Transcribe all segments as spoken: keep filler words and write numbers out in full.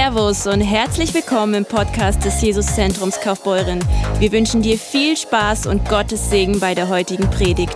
Servus und herzlich willkommen im Podcast des Jesuszentrums Kaufbeuren. Wir wünschen dir viel Spaß und Gottes Segen bei der heutigen Predigt.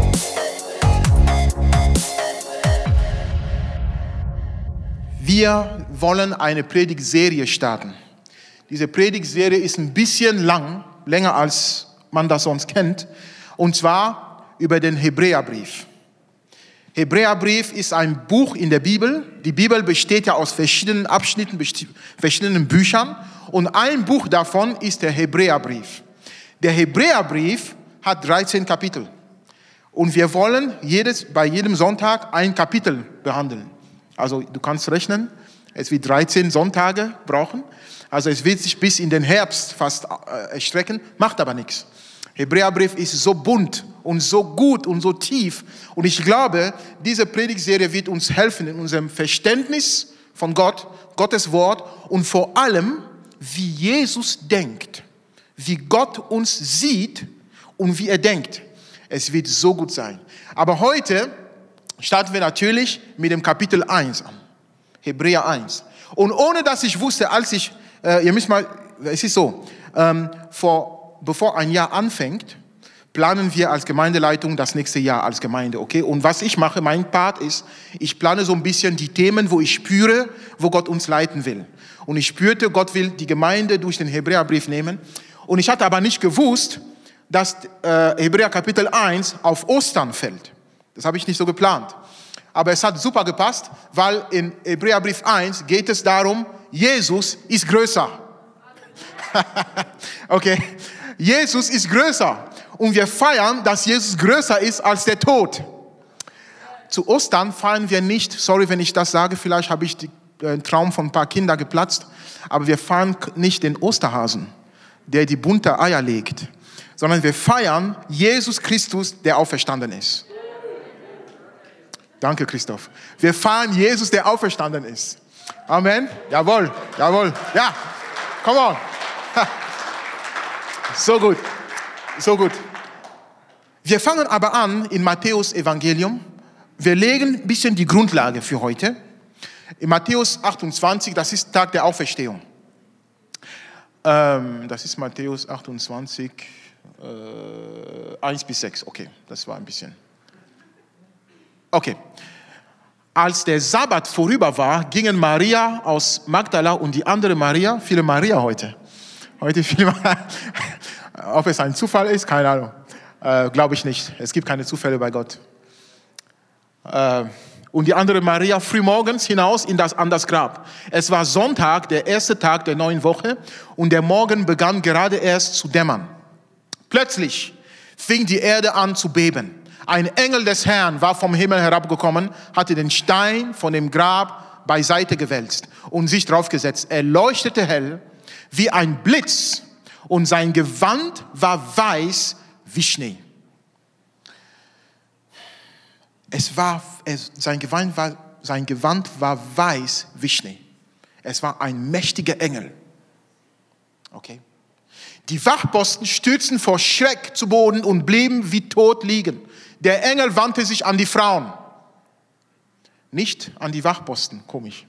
Wir wollen eine Predigtserie starten. Diese Predigtserie ist ein bisschen lang, länger als man das sonst kennt, und zwar über den Hebräerbrief. Hebräerbrief ist ein Buch in der Bibel. Die Bibel besteht ja aus verschiedenen Abschnitten, verschiedenen Büchern. Und ein Buch davon ist der Hebräerbrief. Der Hebräerbrief hat dreizehn Kapitel. Und wir wollen jedes, bei jedem Sonntag ein Kapitel behandeln. Also du kannst rechnen, es wird dreizehn Sonntage brauchen. Also es wird sich bis in den Herbst fast erstrecken, macht aber nichts. Hebräerbrief ist so bunt und so gut und so tief. Und ich glaube, diese Predigtserie wird uns helfen in unserem Verständnis von Gott, Gottes Wort und vor allem, wie Jesus denkt, wie Gott uns sieht und wie er denkt. Es wird so gut sein. Aber heute starten wir natürlich mit dem Kapitel eins an. Hebräer eins. Und ohne dass ich wusste, als ich, äh, ihr müsst mal, es ist so, ähm, vor bevor ein Jahr anfängt, planen wir als Gemeindeleitung das nächste Jahr als Gemeinde, okay? Und was ich mache, mein Part ist, ich plane so ein bisschen die Themen, wo ich spüre, wo Gott uns leiten will. Und ich spürte, Gott will die Gemeinde durch den Hebräerbrief nehmen. Und ich hatte aber nicht gewusst, dass äh, Hebräer Kapitel eins auf Ostern fällt. Das habe ich nicht so geplant. Aber es hat super gepasst, weil in Hebräerbrief eins geht es darum, Jesus ist größer. Okay. Jesus ist größer und wir feiern, dass Jesus größer ist als der Tod. Zu Ostern feiern wir nicht, sorry, wenn ich das sage, vielleicht habe ich den Traum von ein paar Kindern geplatzt, aber wir feiern nicht den Osterhasen, der die bunte Eier legt, sondern wir feiern Jesus Christus, der auferstanden ist. Danke, Christoph. Wir feiern Jesus, der auferstanden ist. Amen. Jawohl, jawohl. Ja, come on. So gut, so gut. Wir fangen aber an in Matthäus Evangelium. Wir legen ein bisschen die Grundlage für heute. In Matthäus achtundzwanzig, das ist Tag der Auferstehung. Ähm, das ist Matthäus achtundzwanzig, äh, eins bis sechs. Okay, das war ein bisschen. Okay. Als der Sabbat vorüber war, gingen Maria aus Magdala und die andere Maria, viele Maria heute. Heute viele Maria. Ob es ein Zufall ist, keine Ahnung. Äh, Glaube ich nicht. Es gibt keine Zufälle bei Gott. Äh, und die andere Maria frühmorgens hinaus in das, an das Grab. Es war Sonntag, der erste Tag der neuen Woche, und der Morgen begann gerade erst zu dämmern. Plötzlich fing die Erde an zu beben. Ein Engel des Herrn war vom Himmel herabgekommen, hatte den Stein von dem Grab beiseite gewälzt und sich draufgesetzt. Er leuchtete hell wie ein Blitz und sein Gewand war weiß wie Schnee. Es war, es, sein, Gewand war, sein Gewand war weiß wie Schnee. Es war ein mächtiger Engel. Okay. Die Wachposten stürzten vor Schreck zu Boden und blieben wie tot liegen. Der Engel wandte sich an die Frauen, nicht an die Wachposten. Komisch.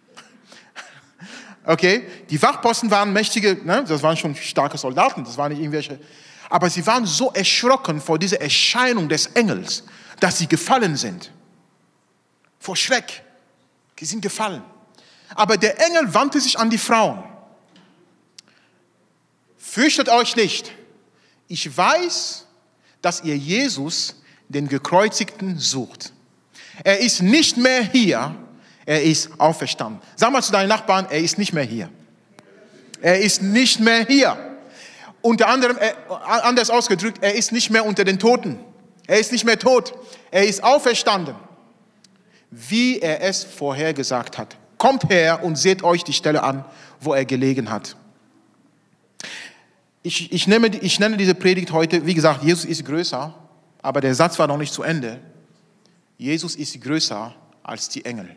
Okay, die Wachposten waren mächtige, ne? Das waren schon starke Soldaten, das waren nicht irgendwelche. Aber sie waren so erschrocken vor dieser Erscheinung des Engels, dass sie gefallen sind. Vor Schreck. Sie sind gefallen. Aber der Engel wandte sich an die Frauen. Fürchtet euch nicht. Ich weiß, dass ihr Jesus, den Gekreuzigten, sucht. Er ist nicht mehr hier. Er ist auferstanden. Sag mal zu deinen Nachbarn, er ist nicht mehr hier. Er ist nicht mehr hier. Unter anderem, äh, anders ausgedrückt, er ist nicht mehr unter den Toten. Er ist nicht mehr tot. Er ist auferstanden, wie er es vorhergesagt hat. Kommt her und seht euch die Stelle an, wo er gelegen hat. Ich, ich, nehme, ich nenne diese Predigt heute, wie gesagt, Jesus ist größer, aber der Satz war noch nicht zu Ende. Jesus ist größer als die Engel.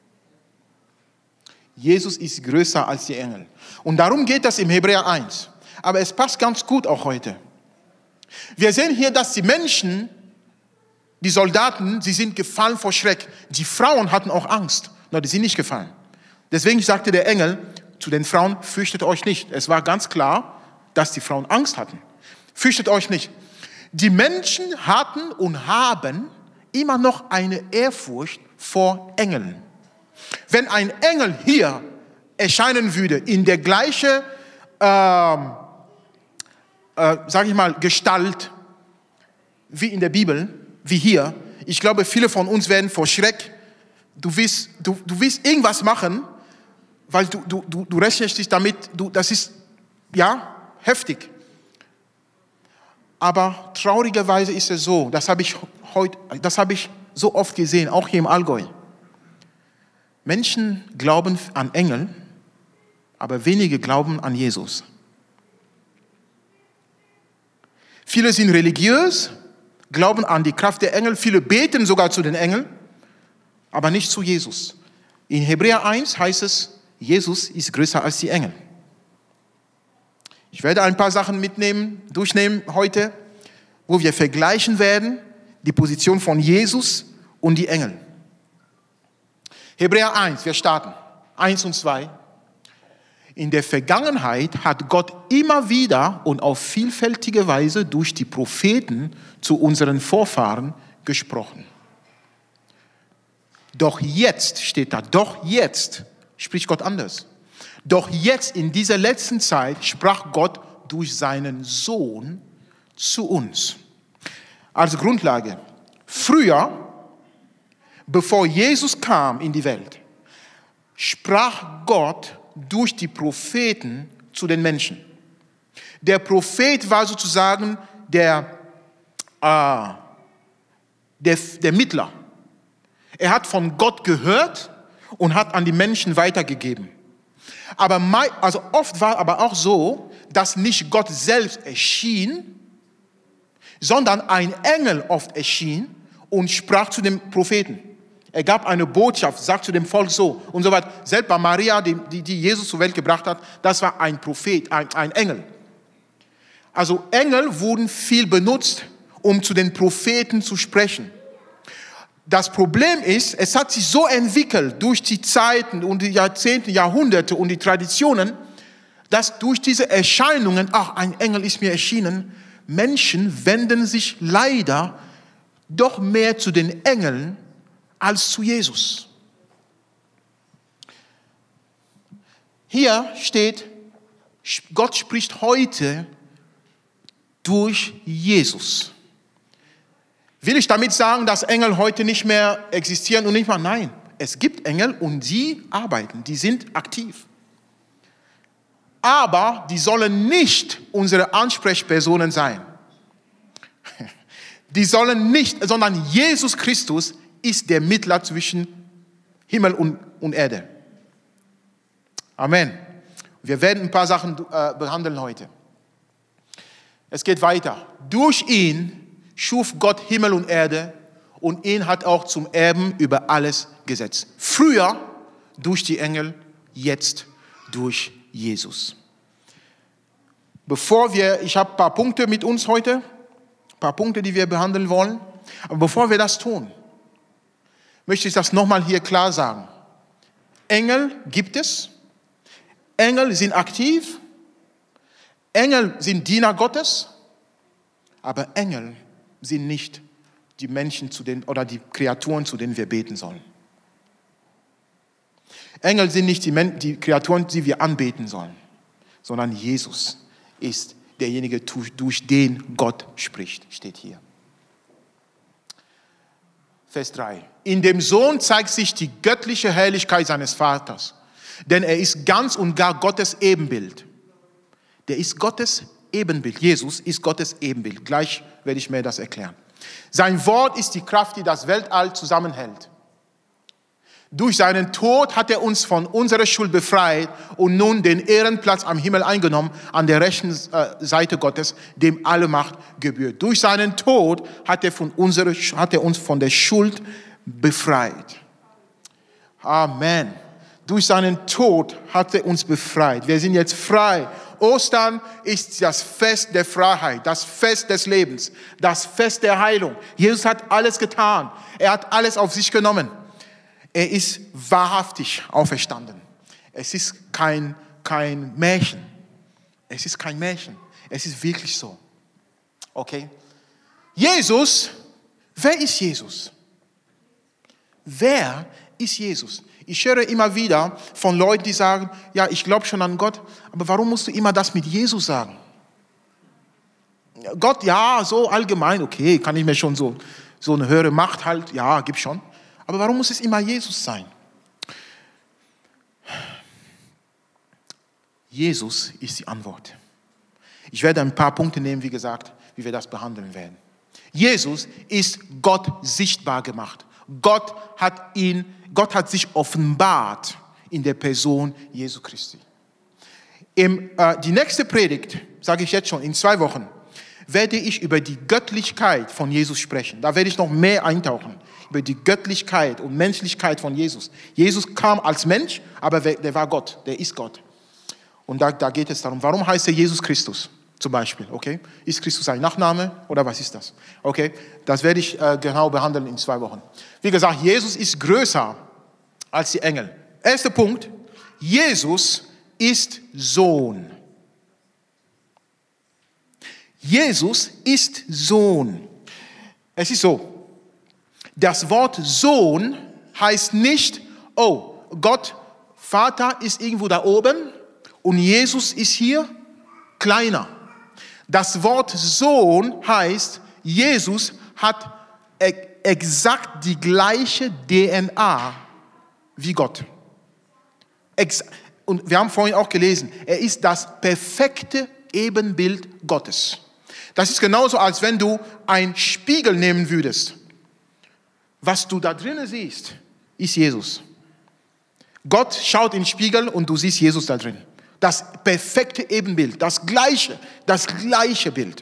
Jesus ist größer als die Engel. Und darum geht das im Hebräer eins. Aber es passt ganz gut auch heute. Wir sehen hier, dass die Menschen, die Soldaten, sie sind gefallen vor Schreck. Die Frauen hatten auch Angst, nur die sind nicht gefallen. Deswegen sagte der Engel zu den Frauen, fürchtet euch nicht. Es war ganz klar, dass die Frauen Angst hatten. Fürchtet euch nicht. Die Menschen hatten und haben immer noch eine Ehrfurcht vor Engeln. Wenn ein Engel hier erscheinen würde, in der gleichen, ähm, äh, sage ich mal, Gestalt wie in der Bibel, wie hier, ich glaube, viele von uns werden vor Schreck, du willst, du, du willst irgendwas machen, weil du, du, du, du rechnest dich damit, du, das ist, ja, heftig. Aber traurigerweise ist es so, das habe ich heute, das habe ich so oft gesehen, auch hier im Allgäu. Menschen glauben an Engel, aber wenige glauben an Jesus. Viele sind religiös, glauben an die Kraft der Engel, viele beten sogar zu den Engeln, aber nicht zu Jesus. In Hebräer eins heißt es, Jesus ist größer als die Engel. Ich werde ein paar Sachen mitnehmen, durchnehmen heute, wo wir vergleichen werden, die Position von Jesus und die Engel. Hebräer eins, wir starten. eins und zwei. In der Vergangenheit hat Gott immer wieder und auf vielfältige Weise durch die Propheten zu unseren Vorfahren gesprochen. Doch jetzt steht da, doch jetzt spricht Gott anders. Doch jetzt in dieser letzten Zeit sprach Gott durch seinen Sohn zu uns. Als Grundlage, früher, bevor Jesus kam in die Welt, sprach Gott durch die Propheten zu den Menschen. Der Prophet war sozusagen der, äh, der, der Mittler. Er hat von Gott gehört und hat an die Menschen weitergegeben. Aber mein, also oft war aber auch so, dass nicht Gott selbst erschien, sondern ein Engel oft erschien und sprach zu dem Propheten. Er gab eine Botschaft, sagt zu dem Volk so und so weiter. Selbst bei Maria, die, die, die Jesus zur Welt gebracht hat, das war ein Prophet, ein, ein Engel. Also Engel wurden viel benutzt, um zu den Propheten zu sprechen. Das Problem ist, es hat sich so entwickelt durch die Zeiten und die Jahrzehnte, Jahrhunderte und die Traditionen, dass durch diese Erscheinungen, ach, ein Engel ist mir erschienen, Menschen wenden sich leider doch mehr zu den Engeln als zu Jesus. Hier steht, Gott spricht heute durch Jesus. Will ich damit sagen, dass Engel heute nicht mehr existieren und nicht mehr? Nein, es gibt Engel und die arbeiten, die sind aktiv. Aber die sollen nicht unsere Ansprechpersonen sein. Die sollen nicht, sondern Jesus Christus ist der Mittler zwischen Himmel und, und Erde. Amen. Wir werden ein paar Sachen äh, behandeln heute. Es geht weiter. Durch ihn schuf Gott Himmel und Erde und ihn hat auch zum Erben über alles gesetzt. Früher durch die Engel, jetzt durch Jesus. Bevor wir, ich habe ein paar Punkte mit uns heute, ein paar Punkte, die wir behandeln wollen. Aber bevor wir das tun, möchte ich das nochmal hier klar sagen. Engel gibt es. Engel sind aktiv. Engel sind Diener Gottes. Aber Engel sind nicht die Menschen zu denen, oder die Kreaturen, zu denen wir beten sollen. Engel sind nicht die, Men- die Kreaturen, die wir anbeten sollen, sondern Jesus ist derjenige, durch den Gott spricht, steht hier. Vers drei. In dem Sohn zeigt sich die göttliche Herrlichkeit seines Vaters, denn er ist ganz und gar Gottes Ebenbild. Der ist Gottes Ebenbild. Jesus ist Gottes Ebenbild. Gleich werde ich mir das erklären. Sein Wort ist die Kraft, die das Weltall zusammenhält. Durch seinen Tod hat er uns von unserer Schuld befreit und nun den Ehrenplatz am Himmel eingenommen, an der rechten Seite Gottes, dem alle Macht gebührt. Durch seinen Tod hat er, von unserer, hat er uns von der Schuld befreit. Amen. Durch seinen Tod hat er uns befreit. Wir sind jetzt frei. Ostern ist das Fest der Freiheit, das Fest des Lebens, das Fest der Heilung. Jesus hat alles getan. Er hat alles auf sich genommen. Er ist wahrhaftig auferstanden. Es ist kein, kein Märchen. Es ist kein Märchen. Es ist wirklich so. Okay? Jesus, wer ist Jesus? Wer ist Jesus? Ich höre immer wieder von Leuten, die sagen, ja, ich glaube schon an Gott, aber warum musst du immer das mit Jesus sagen? Gott, ja, so allgemein, okay, kann ich mir schon so, so eine höhere Macht halt, ja, gibt schon. Aber warum muss es immer Jesus sein? Jesus ist die Antwort. Ich werde ein paar Punkte nehmen, wie gesagt, wie wir das behandeln werden. Jesus ist Gott sichtbar gemacht. Gott hat ihn, Gott hat sich offenbart in der Person Jesu Christi. Im, äh, die nächste Predigt, sage ich jetzt schon, in zwei Wochen, werde ich über die Göttlichkeit von Jesus sprechen. Da werde ich noch mehr eintauchen, über die Göttlichkeit und Menschlichkeit von Jesus. Jesus kam als Mensch, aber der war Gott, der ist Gott. Und da, da geht es darum, warum heißt er Jesus Christus zum Beispiel, okay? Ist Christus sein Nachname oder was ist das? Okay, das werde ich äh, genau behandeln in zwei Wochen. Wie gesagt, Jesus ist größer als die Engel. Erster Punkt, Jesus ist Sohn. Jesus ist Sohn. Es ist so, das Wort Sohn heißt nicht, oh, Gott, Vater ist irgendwo da oben und Jesus ist hier kleiner. Das Wort Sohn heißt, Jesus hat exakt die gleiche D N A wie Gott. Und wir haben vorhin auch gelesen, er ist das perfekte Ebenbild Gottes. Das ist genauso, als wenn du einen Spiegel nehmen würdest. Was du da drinnen siehst, ist Jesus. Gott schaut in den Spiegel und du siehst Jesus da drin. Das perfekte Ebenbild, das gleiche, das gleiche Bild.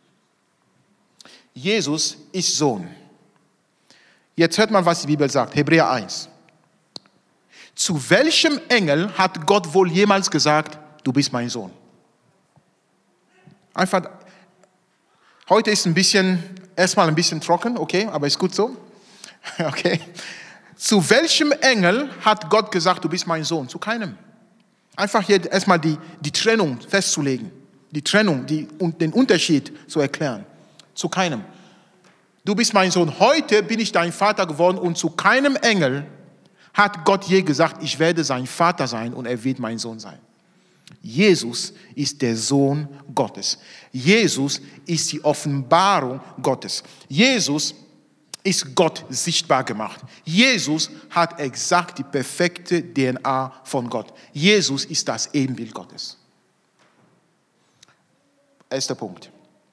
Jesus ist Sohn. Jetzt hört man, was die Bibel sagt, Hebräer eins. Zu welchem Engel hat Gott wohl jemals gesagt, du bist mein Sohn? Einfach, heute ist ein bisschen, erstmal ein bisschen trocken, okay, aber ist gut so. Okay. Zu welchem Engel hat Gott gesagt, du bist mein Sohn? Zu keinem. Einfach hier erstmal die, die Trennung festzulegen, die Trennung, die, und den Unterschied zu erklären. Zu keinem. Du bist mein Sohn, heute bin ich dein Vater geworden und zu keinem Engel hat Gott je gesagt, ich werde sein Vater sein und er wird mein Sohn sein. Jesus ist der Sohn Gottes. Jesus ist die Offenbarung Gottes. Jesus ist Gott sichtbar gemacht. Jesus hat exakt die perfekte D N A von Gott. Jesus ist das Ebenbild Gottes. Erster Punkt.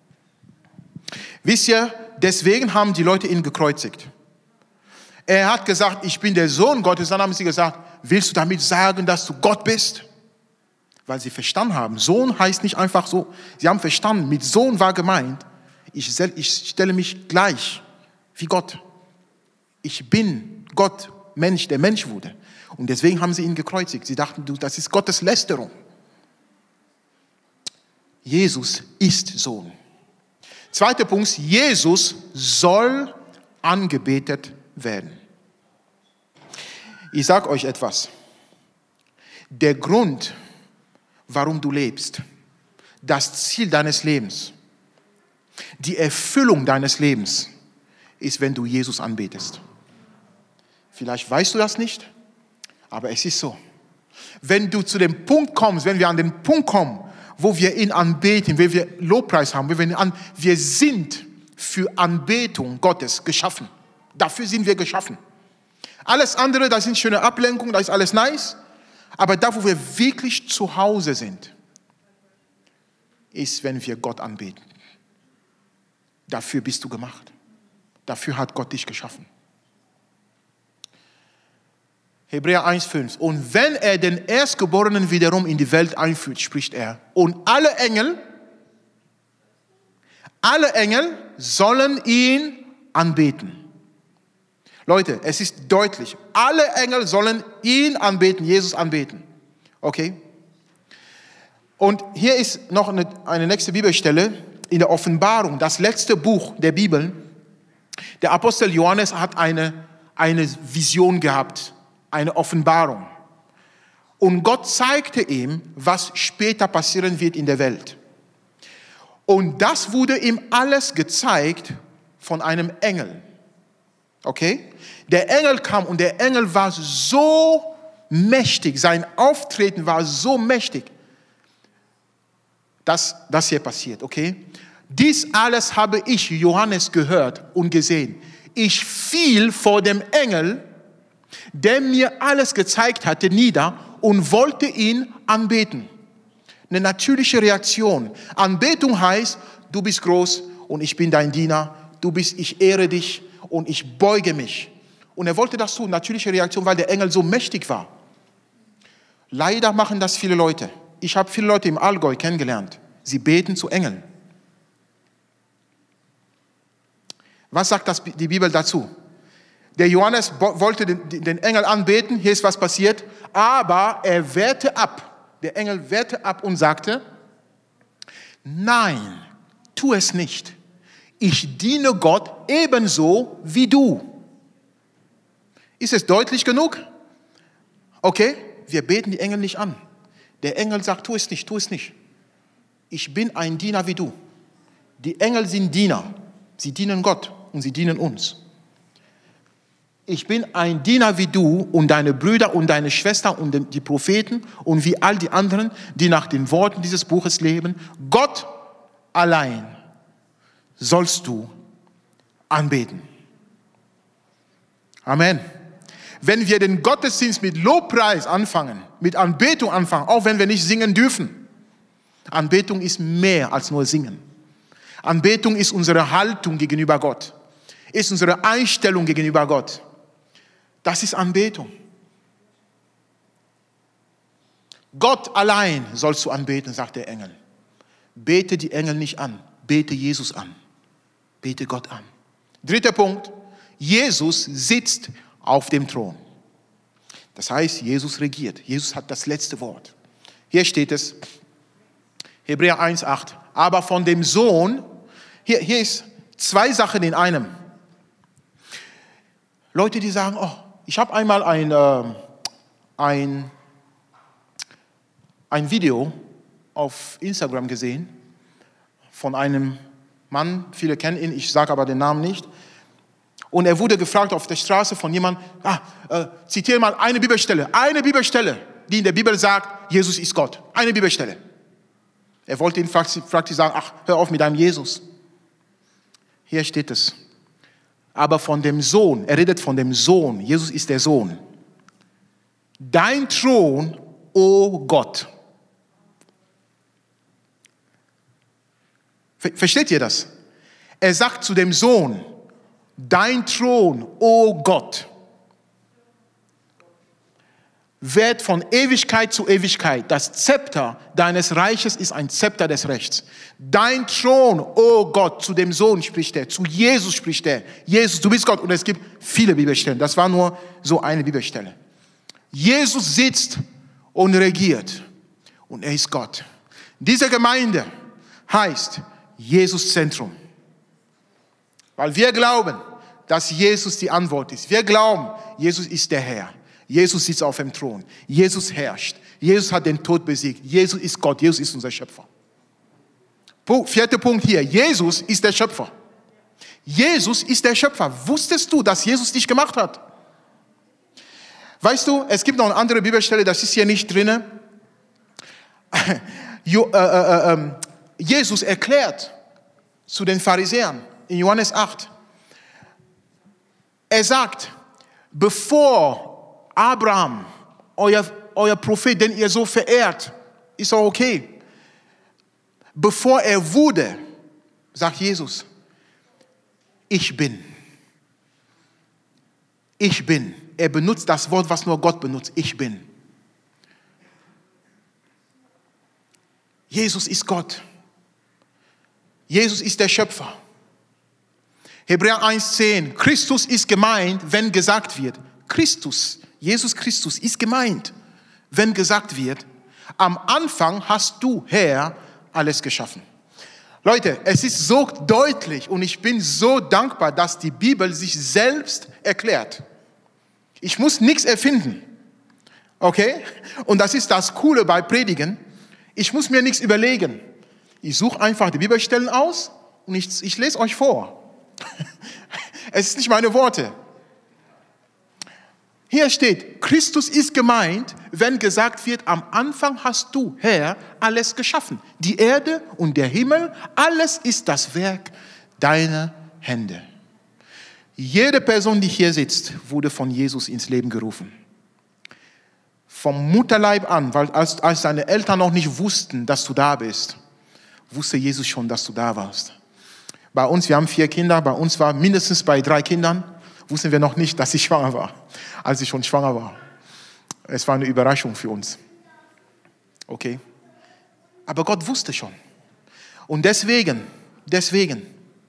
Wisst ihr, deswegen haben die Leute ihn gekreuzigt. Er hat gesagt, ich bin der Sohn Gottes. Dann haben sie gesagt, willst du damit sagen, dass du Gott bist? Weil sie verstanden haben, Sohn heißt nicht einfach so. Sie haben verstanden, mit Sohn war gemeint, ich, ich stelle mich gleich wie Gott. Ich bin Gott, Mensch, der Mensch wurde. Und deswegen haben sie ihn gekreuzigt. Sie dachten, das ist Gottes Lästerung. Jesus ist Sohn. Zweiter Punkt, Jesus soll angebetet werden. Ich sage euch etwas. Der Grund, warum du lebst, das Ziel deines Lebens, die Erfüllung deines Lebens, ist, wenn du Jesus anbetest. Vielleicht weißt du das nicht, aber es ist so. Wenn du zu dem Punkt kommst, wenn wir an den Punkt kommen, wo wir ihn anbeten, wenn wir Lobpreis haben, wenn wir, ihn an, wir sind für Anbetung Gottes geschaffen. Dafür sind wir geschaffen. Alles andere, das sind schöne Ablenkungen, das ist alles nice, aber da, wo wir wirklich zu Hause sind, ist, wenn wir Gott anbeten. Dafür bist du gemacht. Dafür hat Gott dich geschaffen. Hebräer eins fünf. Und wenn er den Erstgeborenen wiederum in die Welt einführt, spricht er, und alle Engel, alle Engel sollen ihn anbeten. Leute, es ist deutlich, alle Engel sollen ihn anbeten, Jesus anbeten. Okay? Und hier ist noch eine, eine nächste Bibelstelle in der Offenbarung, das letzte Buch der Bibel. Der Apostel Johannes hat eine, eine Vision gehabt, eine Offenbarung. Und Gott zeigte ihm, was später passieren wird in der Welt. Und das wurde ihm alles gezeigt von einem Engel. Okay? Der Engel kam und der Engel war so mächtig, sein Auftreten war so mächtig, dass das hier passiert. Okay? Dies alles habe ich, Johannes, gehört und gesehen. Ich fiel vor dem Engel, der mir alles gezeigt hatte, nieder und wollte ihn anbeten. Eine natürliche Reaktion. Anbetung heißt, du bist groß und ich bin dein Diener. Du bist, ich ehre dich und ich beuge mich. Und er wollte das tun, natürliche Reaktion, weil der Engel so mächtig war. Leider machen das viele Leute. Ich habe viele Leute im Allgäu kennengelernt. Sie beten zu Engeln. Was sagt das, die Bibel dazu? Der Johannes wollte den, den Engel anbeten. Hier ist was passiert. Aber er wehrte ab. Der Engel wehrte ab und sagte, nein, tu es nicht. Ich diene Gott ebenso wie du. Ist es deutlich genug? Okay, wir beten die Engel nicht an. Der Engel sagt, tu es nicht, tu es nicht. Ich bin ein Diener wie du. Die Engel sind Diener. Sie dienen Gott und sie dienen uns. Ich bin ein Diener wie du und deine Brüder und deine Schwestern und die Propheten und wie all die anderen, die nach den Worten dieses Buches leben. Gott allein sollst du anbeten. Amen. Wenn wir den Gottesdienst mit Lobpreis anfangen, mit Anbetung anfangen, auch wenn wir nicht singen dürfen. Anbetung ist mehr als nur singen. Anbetung ist unsere Haltung gegenüber Gott, ist unsere Einstellung gegenüber Gott. Das ist Anbetung. Gott allein sollst du anbeten, sagt der Engel. Bete die Engel nicht an, bete Jesus an. Bete Gott an. Dritter Punkt, Jesus sitzt auf dem Thron. Das heißt, Jesus regiert. Jesus hat das letzte Wort. Hier steht es, Hebräer eins acht. Aber von dem Sohn, hier, hier ist zwei Sachen in einem. Leute, die sagen, oh, ich habe einmal ein, äh, ein, ein Video auf Instagram gesehen von einem Mann, viele kennen ihn, ich sage aber den Namen nicht. Und er wurde gefragt auf der Straße von jemandem, ah, äh, zitiere mal eine Bibelstelle, eine Bibelstelle, die in der Bibel sagt, Jesus ist Gott. Eine Bibelstelle. Er wollte ihn fragte sagen, ach, hör auf mit deinem Jesus. Hier steht es. Aber von dem Sohn, er redet von dem Sohn, Jesus ist der Sohn. Dein Thron, o Gott. Versteht ihr das? Er sagt zu dem Sohn, dein Thron, o Gott, wird von Ewigkeit zu Ewigkeit. Das Zepter deines Reiches ist ein Zepter des Rechts. Dein Thron, o Gott, zu dem Sohn spricht er, zu Jesus spricht er. Jesus, du bist Gott. Und es gibt viele Bibelstellen. Das war nur so eine Bibelstelle. Jesus sitzt und regiert. Und er ist Gott. Diese Gemeinde heißt Jesus Zentrum. Weil wir glauben, dass Jesus die Antwort ist. Wir glauben, Jesus ist der Herr. Jesus sitzt auf dem Thron. Jesus herrscht. Jesus hat den Tod besiegt. Jesus ist Gott. Jesus ist unser Schöpfer. Vierter Punkt hier. Jesus ist der Schöpfer. Jesus ist der Schöpfer. Wusstest du, dass Jesus dich gemacht hat? Weißt du, es gibt noch eine andere Bibelstelle, das ist hier nicht drin. Jesus erklärt zu den Pharisäern in Johannes acht. Er sagt, bevor Abraham, euer, euer Prophet, den ihr so verehrt, ist auch okay. Bevor er wurde, sagt Jesus, ich bin. Ich bin. Er benutzt das Wort, was nur Gott benutzt. Ich bin. Jesus ist Gott. Jesus ist der Schöpfer. Hebräer eins zehn. Christus ist gemeint, wenn gesagt wird. Christus, Jesus Christus ist gemeint, wenn gesagt wird, am Anfang hast du, Herr, alles geschaffen. Leute, es ist so deutlich und ich bin so dankbar, dass die Bibel sich selbst erklärt. Ich muss nichts erfinden. Okay? Und das ist das Coole bei Predigen. Ich muss mir nichts überlegen. Ich suche einfach die Bibelstellen aus und ich, ich lese euch vor. Es ist nicht meine Worte. Hier steht, Christus ist gemeint, wenn gesagt wird, am Anfang hast du, Herr, alles geschaffen. Die Erde und der Himmel, alles ist das Werk deiner Hände. Jede Person, die hier sitzt, wurde von Jesus ins Leben gerufen. Vom Mutterleib an, weil als, als deine Eltern noch nicht wussten, dass du da bist, wusste Jesus schon, dass du da warst. Bei uns, wir haben vier Kinder, bei uns war mindestens bei drei Kindern, wussten wir noch nicht, dass ich schwanger war, als ich schon schwanger war. Es war eine Überraschung für uns. Okay? Aber Gott wusste schon. Und deswegen, deswegen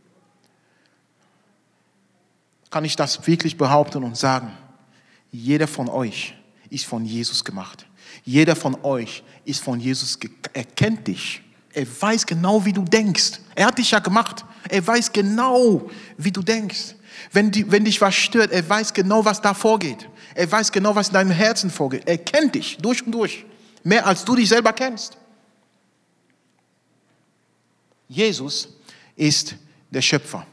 kann ich das wirklich behaupten und sagen, jeder von euch ist von Jesus gemacht. Jeder von euch ist von Jesus, ge- er kennt dich. Er weiß genau, wie du denkst. Er hat dich ja gemacht. Er weiß genau, wie du denkst. Wenn, die, wenn dich was stört, er weiß genau, was da vorgeht. Er weiß genau, was in deinem Herzen vorgeht. Er kennt dich durch und durch. Mehr als du dich selber kennst. Jesus ist der Schöpfer.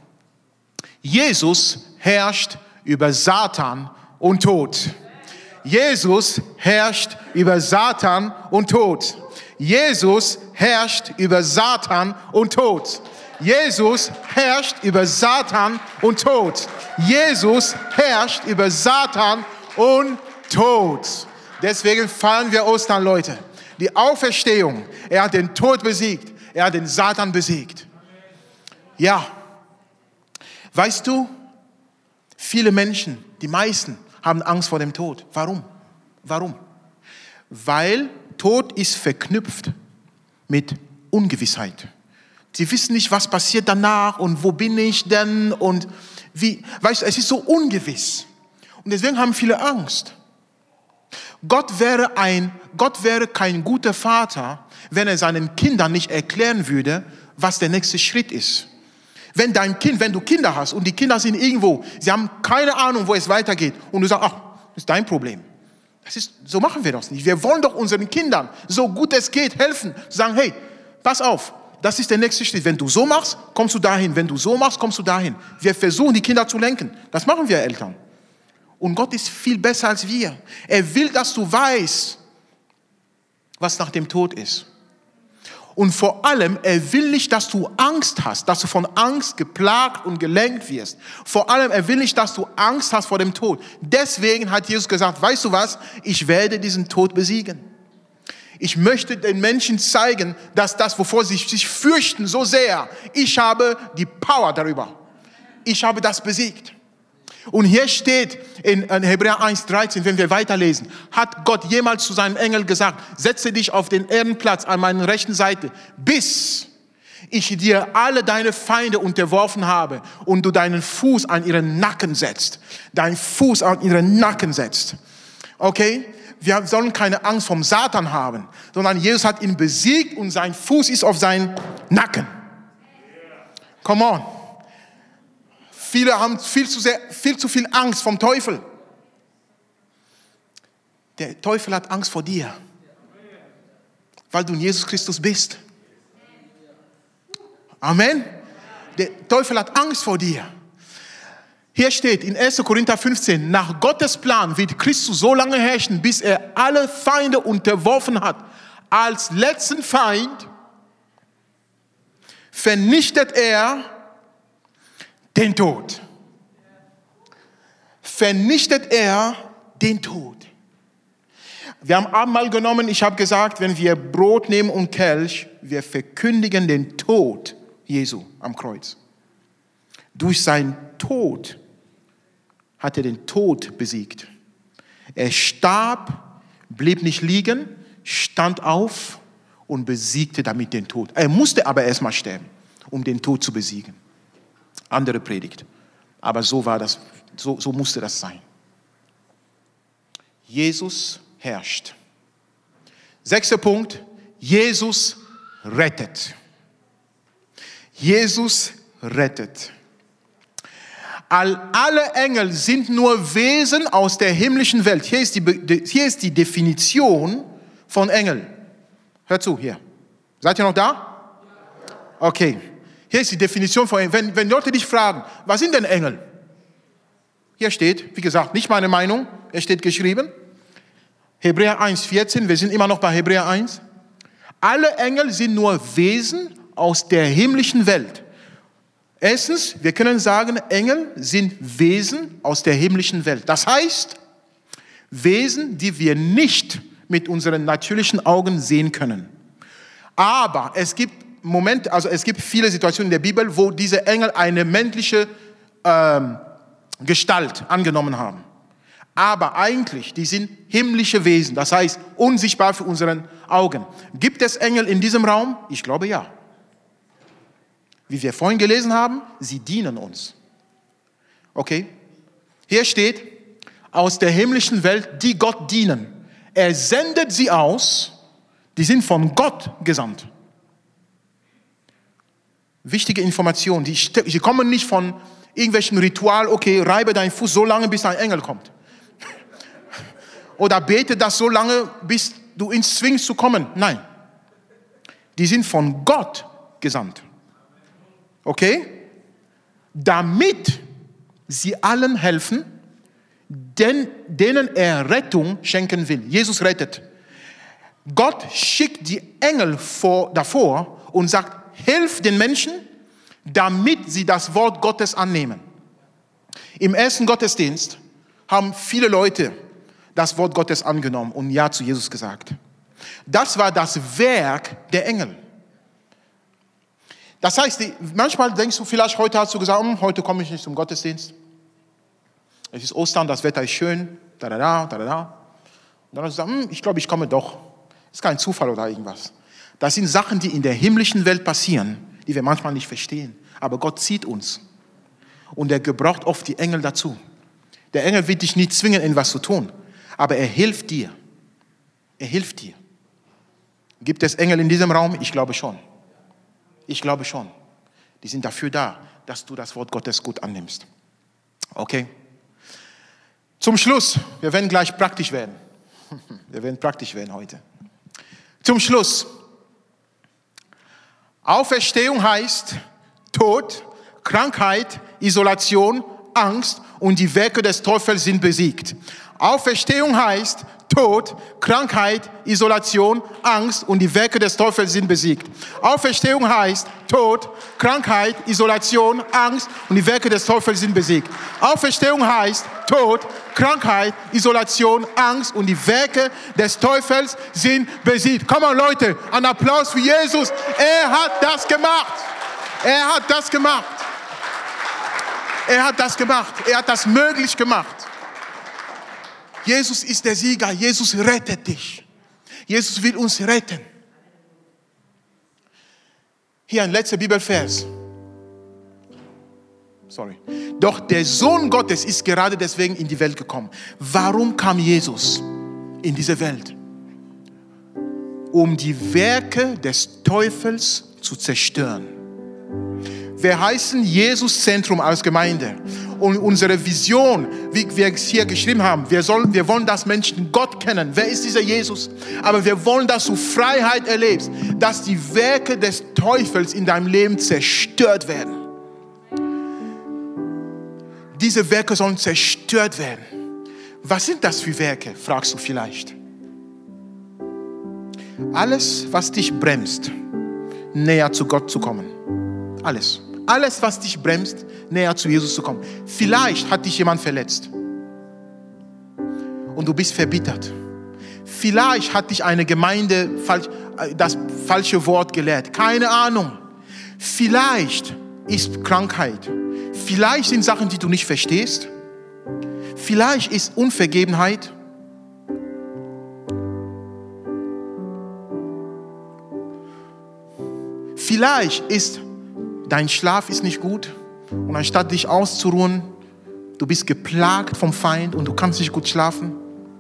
Jesus herrscht über Satan und Tod. Jesus herrscht über Satan und Tod. Jesus herrscht über Satan und Tod. Jesus herrscht über Satan und Tod. Jesus herrscht über Satan und Tod. Deswegen feiern wir Ostern, Leute. Die Auferstehung. Er hat den Tod besiegt. Er hat den Satan besiegt. Ja. Weißt du, viele Menschen, die meisten, haben Angst vor dem Tod. Warum? Warum? Weil Tod ist verknüpft mit Ungewissheit. Sie wissen nicht, was passiert danach und wo bin ich denn und wie. Weißt du, es ist so ungewiss. Und deswegen haben viele Angst. Gott wäre ein, Gott wäre kein guter Vater, wenn er seinen Kindern nicht erklären würde, was der nächste Schritt ist. Wenn dein Kind, wenn du Kinder hast und die Kinder sind irgendwo, sie haben keine Ahnung, wo es weitergeht und du sagst, ach, das ist dein Problem. Das ist, so machen wir das nicht. Wir wollen doch unseren Kindern, so gut es geht, helfen. Sagen, hey, pass auf, das ist der nächste Schritt. Wenn du so machst, kommst du dahin. Wenn du so machst, kommst du dahin. Wir versuchen, die Kinder zu lenken. Das machen wir Eltern. Und Gott ist viel besser als wir. Er will, dass du weißt, was nach dem Tod ist. Und vor allem, er will nicht, dass du Angst hast, dass du von Angst geplagt und gelenkt wirst. Vor allem, er will nicht, dass du Angst hast vor dem Tod. Deswegen hat Jesus gesagt, weißt du was, ich werde diesen Tod besiegen. Ich möchte den Menschen zeigen, dass das, wovor sie sich fürchten so sehr, ich habe die Power darüber. Ich habe das besiegt. Und hier steht in Hebräer eins dreizehn, wenn wir weiterlesen, hat Gott jemals zu seinem Engel gesagt, setze dich auf den Ehrenplatz an meiner rechten Seite, bis ich dir alle deine Feinde unterworfen habe und du deinen Fuß an ihren Nacken setzt. Deinen Fuß an ihren Nacken setzt. Okay? Wir sollen keine Angst vom Satan haben, sondern Jesus hat ihn besiegt und sein Fuß ist auf seinen Nacken. Come on. Viele haben viel zu sehr, viel zu viel Angst vom Teufel. Der Teufel hat Angst vor dir, weil du in Jesus Christus bist. Amen. Der Teufel hat Angst vor dir. Hier steht in erster Korinther fünfzehn, nach Gottes Plan wird Christus so lange herrschen, bis er alle Feinde unterworfen hat. Als letzten Feind vernichtet er den Tod. Vernichtet er den Tod. Wir haben Abendmahl genommen. Ich habe gesagt, wenn wir Brot nehmen und Kelch, wir verkündigen den Tod Jesu am Kreuz. Durch seinen Tod hat er den Tod besiegt. Er starb, blieb nicht liegen, stand auf und besiegte damit den Tod. Er musste aber erstmal sterben, um den Tod zu besiegen. Andere Predigt. Aber so war das, so, so musste das sein. Jesus herrscht. Sechster Punkt. Jesus rettet. Jesus rettet. All, alle Engel sind nur Wesen aus der himmlischen Welt. Hier ist die, hier ist die Definition von Engel. Hört zu, hier. Seid ihr noch da? Okay. Hier ist die Definition von Engel. Wenn, wenn Leute dich fragen, was sind denn Engel? Hier steht, wie gesagt, nicht meine Meinung, es steht geschrieben. Hebräer eins, vierzehn, wir sind immer noch bei Hebräer eins. Alle Engel sind nur Wesen aus der himmlischen Welt. Erstens, wir können sagen, Engel sind Wesen aus der himmlischen Welt. Das heißt, Wesen, die wir nicht mit unseren natürlichen Augen sehen können. Aber es gibt Momente, also es gibt viele Situationen in der Bibel, wo diese Engel eine männliche ähm, Gestalt angenommen haben. Aber eigentlich, die sind himmlische Wesen, das heißt unsichtbar für unsere Augen. Gibt es Engel in diesem Raum? Ich glaube ja. Wie wir vorhin gelesen haben, sie dienen uns. Okay? Hier steht, aus der himmlischen Welt, die Gott dienen. Er sendet sie aus, die sind von Gott gesandt. Wichtige Information, die, die kommen nicht von irgendwelchen Ritual, okay, reibe deinen Fuß so lange, bis ein Engel kommt. Oder bete das so lange, bis du ihn zwingst zu kommen. Nein. Die sind von Gott gesandt. Okay? Damit sie allen helfen, den, denen er Rettung schenken will. Jesus rettet. Gott schickt die Engel vor, davor und sagt, hilf den Menschen, damit sie das Wort Gottes annehmen. Im ersten Gottesdienst haben viele Leute das Wort Gottes angenommen und Ja zu Jesus gesagt. Das war das Werk der Engel. Das heißt, manchmal denkst du vielleicht, heute hast du gesagt, hm, heute komme ich nicht zum Gottesdienst. Es ist Ostern, das Wetter ist schön, da, da, da, da, da. Und dann hast du gesagt, hm, ich glaube, ich komme doch. Das ist kein Zufall oder irgendwas. Das sind Sachen, die in der himmlischen Welt passieren, die wir manchmal nicht verstehen. Aber Gott zieht uns. Und er gebraucht oft die Engel dazu. Der Engel wird dich nicht zwingen, etwas zu tun. Aber er hilft dir. Er hilft dir. Gibt es Engel in diesem Raum? Ich glaube schon. Ich glaube schon. Die sind dafür da, dass du das Wort Gottes gut annimmst. Okay? Zum Schluss, wir werden gleich praktisch werden. Wir werden praktisch werden heute. Zum Schluss. Auferstehung heißt Tod, Krankheit, Isolation, Angst und die Werke des Teufels sind besiegt. Auferstehung heißt Tod, Krankheit, Isolation, Angst und die Werke des Teufels sind besiegt. Auferstehung heißt Tod, Krankheit, Isolation, Angst und die Werke des Teufels sind besiegt. Auferstehung heißt Tod, Krankheit, Isolation, Angst und die Werke des Teufels sind besiegt. Komm on Leute, ein Applaus für Jesus. Er hat das gemacht. Er hat das gemacht. Er hat das gemacht. Er hat das möglich gemacht. Jesus ist der Sieger. Jesus rettet dich. Jesus will uns retten. Hier ein letzter Bibelvers. Sorry. Doch der Sohn Gottes ist gerade deswegen in die Welt gekommen. Warum kam Jesus in diese Welt? Um die Werke des Teufels zu zerstören. Wir heißen Jesus Zentrum als Gemeinde. Und unsere Vision, wie wir es hier geschrieben haben, wir, sollen, wir wollen, dass Menschen Gott kennen. Wer ist dieser Jesus? Aber wir wollen, dass du Freiheit erlebst, dass die Werke des Teufels in deinem Leben zerstört werden. Diese Werke sollen zerstört werden. Was sind das für Werke, fragst du vielleicht. Alles, was dich bremst, näher zu Gott zu kommen. Alles. Alles, was dich bremst, näher zu Jesus zu kommen. Vielleicht hat dich jemand verletzt. Und du bist verbittert. Vielleicht hat dich eine Gemeinde das falsche Wort gelehrt. Keine Ahnung. Vielleicht ist Krankheit. Vielleicht sind Sachen, die du nicht verstehst. Vielleicht ist Unvergebenheit. Vielleicht ist dein Schlaf ist nicht gut und anstatt dich auszuruhen, du bist geplagt vom Feind und du kannst nicht gut schlafen.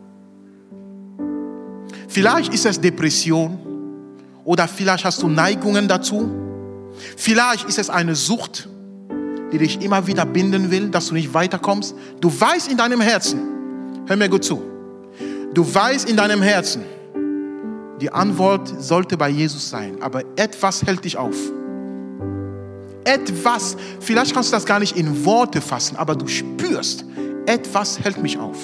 Vielleicht ist es Depression oder vielleicht hast du Neigungen dazu. Vielleicht ist es eine Sucht. die dich immer wieder binden will, dass du nicht weiterkommst? Du weißt in deinem Herzen, hör mir gut zu, du weißt in deinem Herzen, die Antwort sollte bei Jesus sein, aber etwas hält dich auf. Etwas, vielleicht kannst du das gar nicht in Worte fassen, aber du spürst, etwas hält mich auf.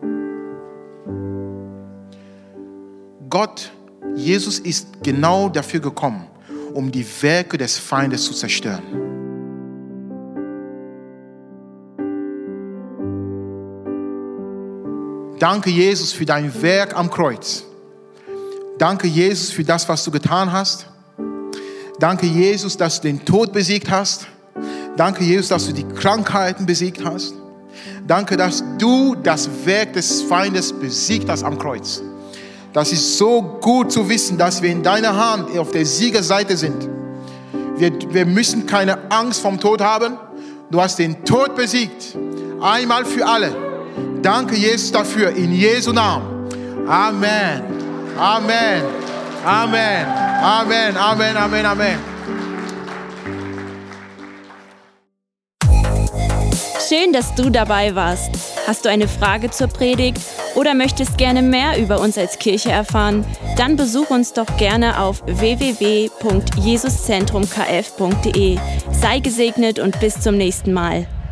Gott, Jesus ist genau dafür gekommen, um die Werke des Feindes zu zerstören. Danke, Jesus, für dein Werk am Kreuz. Danke, Jesus, für das, was du getan hast. Danke, Jesus, dass du den Tod besiegt hast. Danke, Jesus, dass du die Krankheiten besiegt hast. Danke, dass du das Werk des Feindes besiegt hast am Kreuz. Das ist so gut zu wissen, dass wir in deiner Hand auf der Siegerseite sind. Wir, wir müssen keine Angst vom Tod haben. Du hast den Tod besiegt. Einmal für alle. Danke, Jesus, dafür. In Jesu Namen. Amen. Amen. Amen. Amen. Amen. Amen. Amen. Schön, dass du dabei warst. Hast du eine Frage zur Predigt oder möchtest gerne mehr über uns als Kirche erfahren? Dann besuch uns doch gerne auf w w w punkt jesuszentrum k f punkt d e. Sei gesegnet und bis zum nächsten Mal.